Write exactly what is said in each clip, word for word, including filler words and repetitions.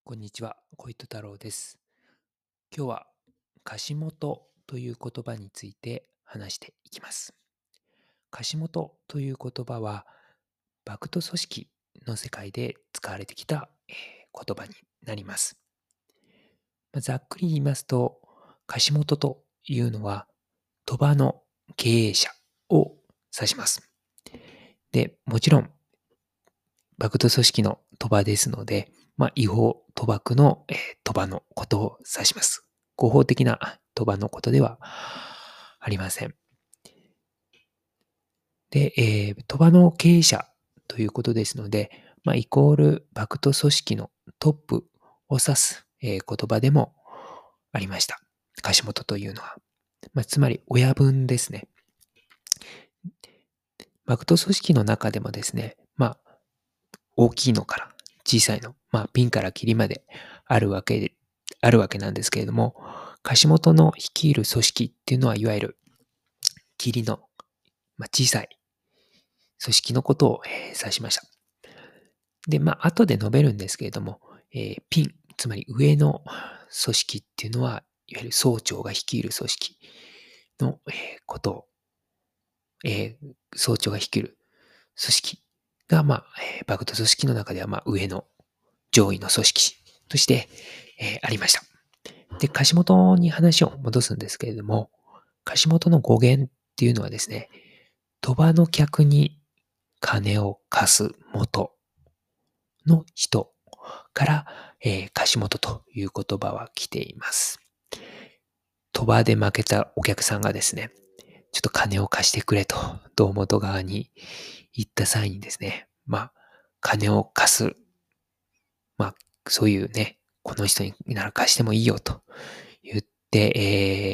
こんにちは、小糸太郎です。今日は貸元という言葉について話していきます。貸元という言葉は、バクト組織の世界で使われてきた、えー言葉になります。まあざっくり言いますと、貸元というのは、賭場の経営者を指します。で、もちろん、バクト組織の賭場ですので、まあ、違法賭博の、えー賭場のことを指します。合法的な賭場のことではありません。で、えー賭場の経営者ということですので、まあ、イコールバクト組織のトップを指す、えー言葉でもありました。貸元というのは。まあ、つまり親分ですね。バクト組織の中でもですね、まあ、大きいのから小さいの、まあ、ピンからキリまであるわけで、あるわけなんですけれども、貸元の率いる組織っていうのは、いわゆるキリの、まあ、小さい組織のことを、えー指しました。で、まあ、後で述べるんですけれども、えーピン、つまり上の組織っていうのは、いわゆる総長が率いる組織の、えーことを、えー総長が率いる組織が、まあ、えーバクト組織の中では、まあ、上の上位の組織として、えーありました。で、貸元に話を戻すんですけれども、貸元の語源っていうのはですね、賭場の客に金を貸す元の人から、えー貸元という言葉は来ています。賭場で負けたお客さんがですね、ちょっと金を貸してくれと、胴元側に言った際にですね、まあ、金を貸す。まあ、そういうね、この人になら貸してもいいよと言って、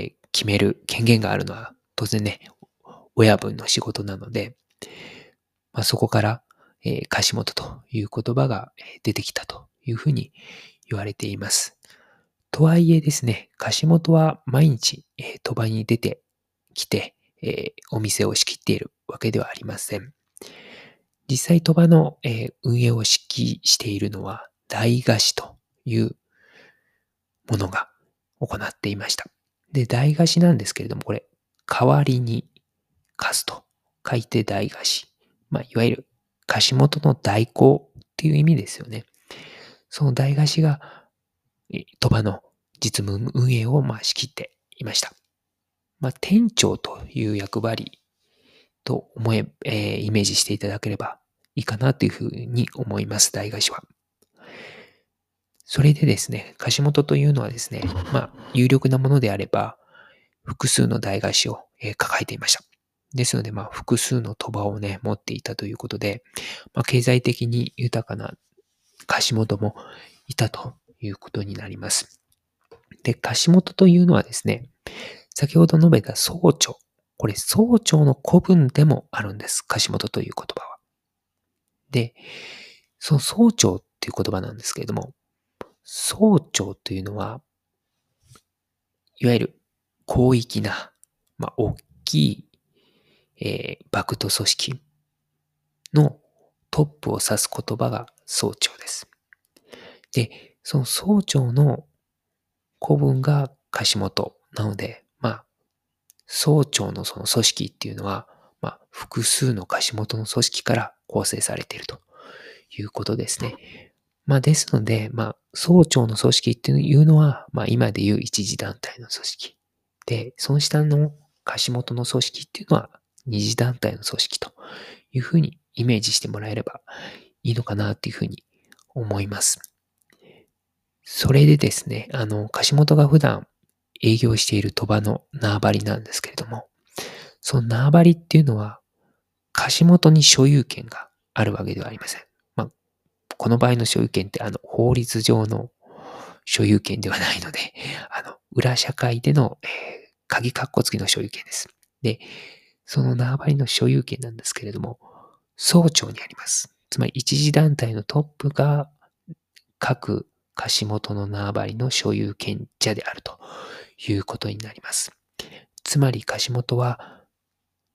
えー決める権限があるのは、当然ね、親分の仕事なので、まあ、そこから、えー貸元という言葉が出てきたというふうに言われています。とはいえですね、貸元は毎日、えー賭場に出てきて、えーお店を仕切っているわけではありません。実際賭場の、えー運営を指揮しているのは大貸しというものが行っていました。で、代貸しなんですけれども、これ、代わりに貸すと書いて代貸し。まあ、いわゆる貸元の代行っていう意味ですよね。その代貸しが、え賭場の実務運営をまあ仕切っていました。まあ、店長という役割と思え、えーイメージしていただければいいかなというふうに思います、代貸しは。それでですね、貸元というのはですね、まあ、有力なものであれば、複数の代貸しを、えー抱えていました。ですので、まあ、複数の賭場をね、持っていたということで、まあ、経済的に豊かな貸元もいたということになります。で、貸元というのはですね、先ほど述べた総長。これ、総長の古文でもあるんです。貸元という言葉は。で、その総長っていう言葉なんですけれども、総長というのは、いわゆる広域な、まあ、大きい、えー、バクト組織のトップを指す言葉が総長です。で、その総長の古文が貸元なので、まあ、総長のその組織っていうのは、まあ、複数の貸元の組織から構成されているということですね。まあ、ですので、まあ、総長の組織っていうのは、まあ、今でいう一次団体の組織。で、その下の貸元の組織っていうのは二次団体の組織というふうにイメージしてもらえればいいのかなっていうふうに思います。それでですね、あの、貸元が普段営業している賭場の縄張りなんですけれども、その縄張りっていうのは貸元に所有権があるわけではありません。まあ、この場合の所有権ってあの、法律上の所有権ではないので、あの、裏社会での、えー、鍵括弧付きの所有権です。で、その縄張りの所有権なんですけれども、総長にあります。つまり一次団体のトップが各貸元の縄張りの所有権者であるということになります。つまり貸元は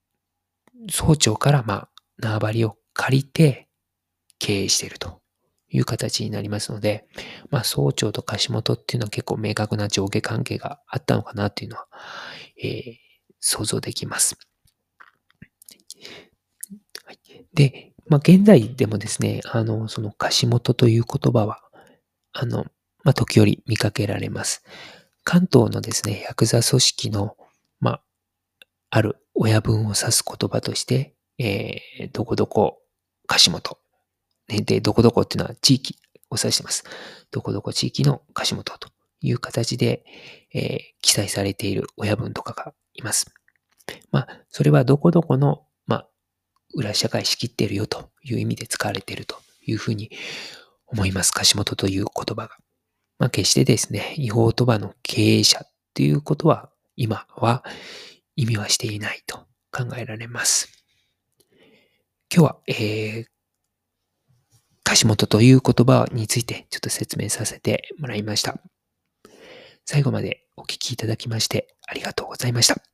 総長からまあ縄張りを借りて経営しているという形になりますので、まあ、総長と貸元っていうのは結構明確な上下関係があったのかなっていうのは、えー想像できます。はい、で、まあ、現在でもですね、あの、その貸元という言葉は、あの、まあ、時折見かけられます。関東のですね、ヤクザ組織の、まあ、ある親分を指す言葉として、えー、どこどこ貸元。ね、で、どこどこっていうのは地域を指しています。どこどこ地域の貸元という形で、えー記載されている親分とかがいます。まあ、それはどこどこの、まあ、裏社会仕切っているよという意味で使われているというふうに思います。貸元という言葉が。まあ、決してですね、違法賭場の経営者っていうことは、今は意味はしていないと考えられます。今日は、えー、貸元という言葉についてちょっと説明させてもらいました。最後までお聞きいただきましてありがとうございました。